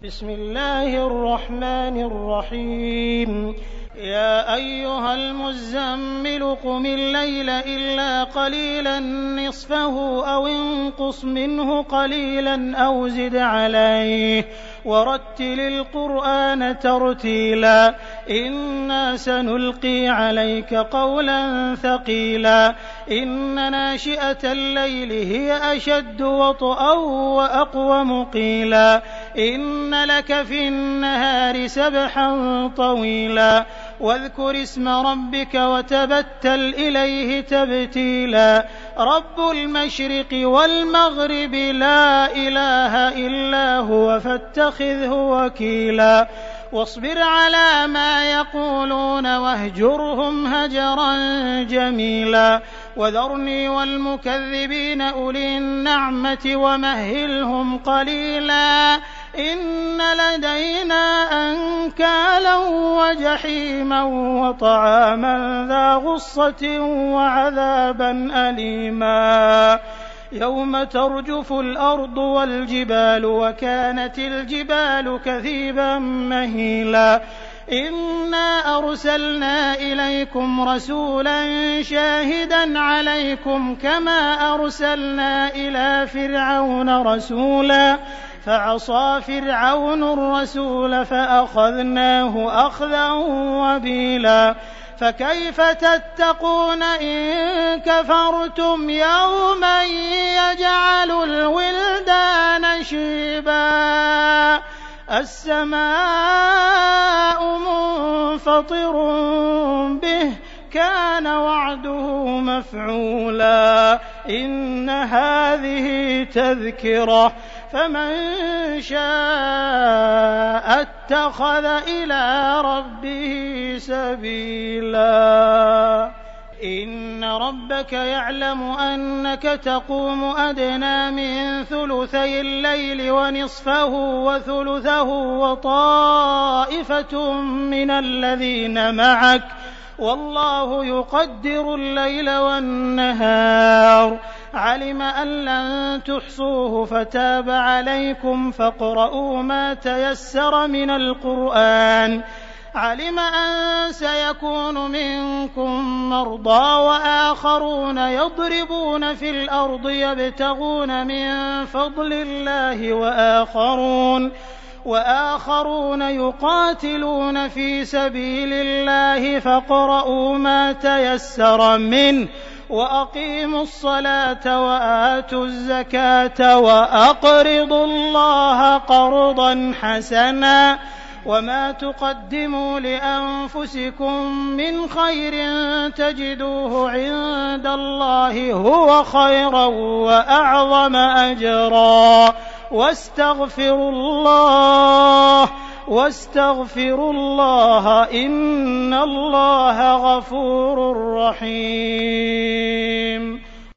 بسم الله الرحمن الرحيم يا أيها المزمل قم الليل إلا قليلا نصفه أو انقص منه قليلا أو زد عليه ورتل القرآن ترتيلا إنا سنلقي عليك قولا ثقيلا إن ناشئة الليل هي أشد وطئا وأقوم قيلا إن لك في النهار سبحا طويلا واذكر اسم ربك وتبتل إليه تبتيلا رب المشرق والمغرب لا إله إلا هو فاتخذه وكيلا واصبر على ما يقولون واهجرهم هجرا جميلا وذرني والمكذبين أولي النعمة ومهلهم قليلا إن لدينا أنكالا وجحيما وطعاما ذا غصة وعذابا أليما يوم ترجف الأرض والجبال وكانت الجبال كثيبا مهيلا إنا أرسلنا إليكم رسولا شاهدا عليكم كما أرسلنا إلى فرعون رسولا فعصى فرعون الرسول فأخذناه أخذا وبيلا فكيف تتقون إن كفرتم يوما يجعل الولدان شيبا السماء منفطر به كان وعده مفعولا إن هذه تذكرة فمن شاء اتخذ إلى ربه سبيلا إن ربك يعلم أنك تقوم أدنى من ثلثي الليل ونصفه وثلثه وطائفة من الذين معك والله يقدر الليل والنهار علم أن لن تحصوه فتاب عليكم فاقرؤوا ما تيسر من القرآن علم أن سيكون منكم مرضى وآخرون يضربون في الأرض يبتغون من فضل الله وآخرون يقاتلون في سبيل الله فاقرؤوا ما تيسر منه وأقيموا الصلاة وآتوا الزكاة وأقرضوا الله قرضا حسنا وما تقدموا لأنفسكم من خير تجدوه عند الله هو خيرا وأعظم أجرا واستغفروا الله إن الله غفور رحيم